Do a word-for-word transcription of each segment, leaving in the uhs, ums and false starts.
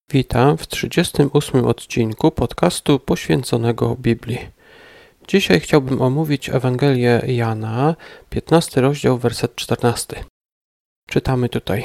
Witam w trzydziestym ósmym odcinku podcastu poświęconego Biblii. Dzisiaj chciałbym omówić Ewangelię Jana, piętnasty rozdział, werset czternasty. Czytamy tutaj.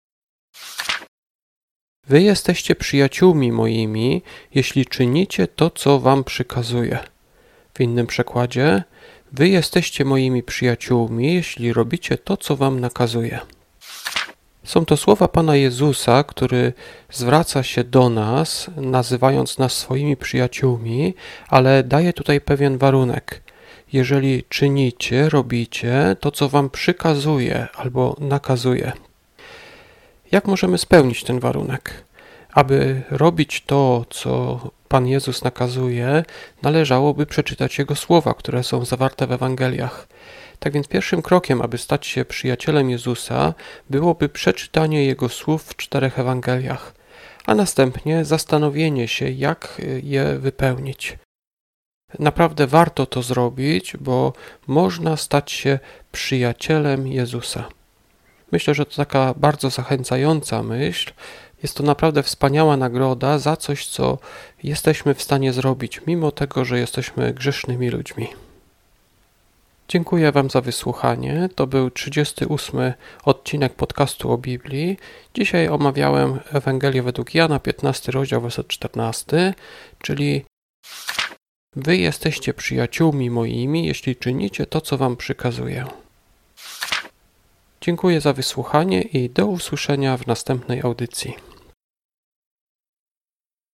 Wy jesteście przyjaciółmi moimi, jeśli czynicie to, co wam przykazuję. W innym przekładzie, wy jesteście moimi przyjaciółmi, jeśli robicie to, co wam nakazuję. Są to słowa Pana Jezusa, który zwraca się do nas, nazywając nas swoimi przyjaciółmi, ale daje tutaj pewien warunek. Jeżeli czynicie, robicie to, co wam przykazuje albo nakazuje. Jak możemy spełnić ten warunek? Aby robić to, co Pan Jezus nakazuje, należałoby przeczytać Jego słowa, które są zawarte w Ewangeliach. Tak więc pierwszym krokiem, aby stać się przyjacielem Jezusa, byłoby przeczytanie Jego słów w czterech Ewangeliach, a następnie zastanowienie się, jak je wypełnić. Naprawdę warto to zrobić, bo można stać się przyjacielem Jezusa. Myślę, że to taka bardzo zachęcająca myśl. Jest to naprawdę wspaniała nagroda za coś, co jesteśmy w stanie zrobić, mimo tego, że jesteśmy grzesznymi ludźmi. Dziękuję Wam za wysłuchanie. To był trzydziesty ósmy odcinek podcastu o Biblii. Dzisiaj omawiałem Ewangelię według Jana, piętnasty rozdział, werset czternasty, czyli Wy jesteście przyjaciółmi moimi, jeśli czynicie to, co Wam przykazuję. Dziękuję za wysłuchanie i do usłyszenia w następnej audycji.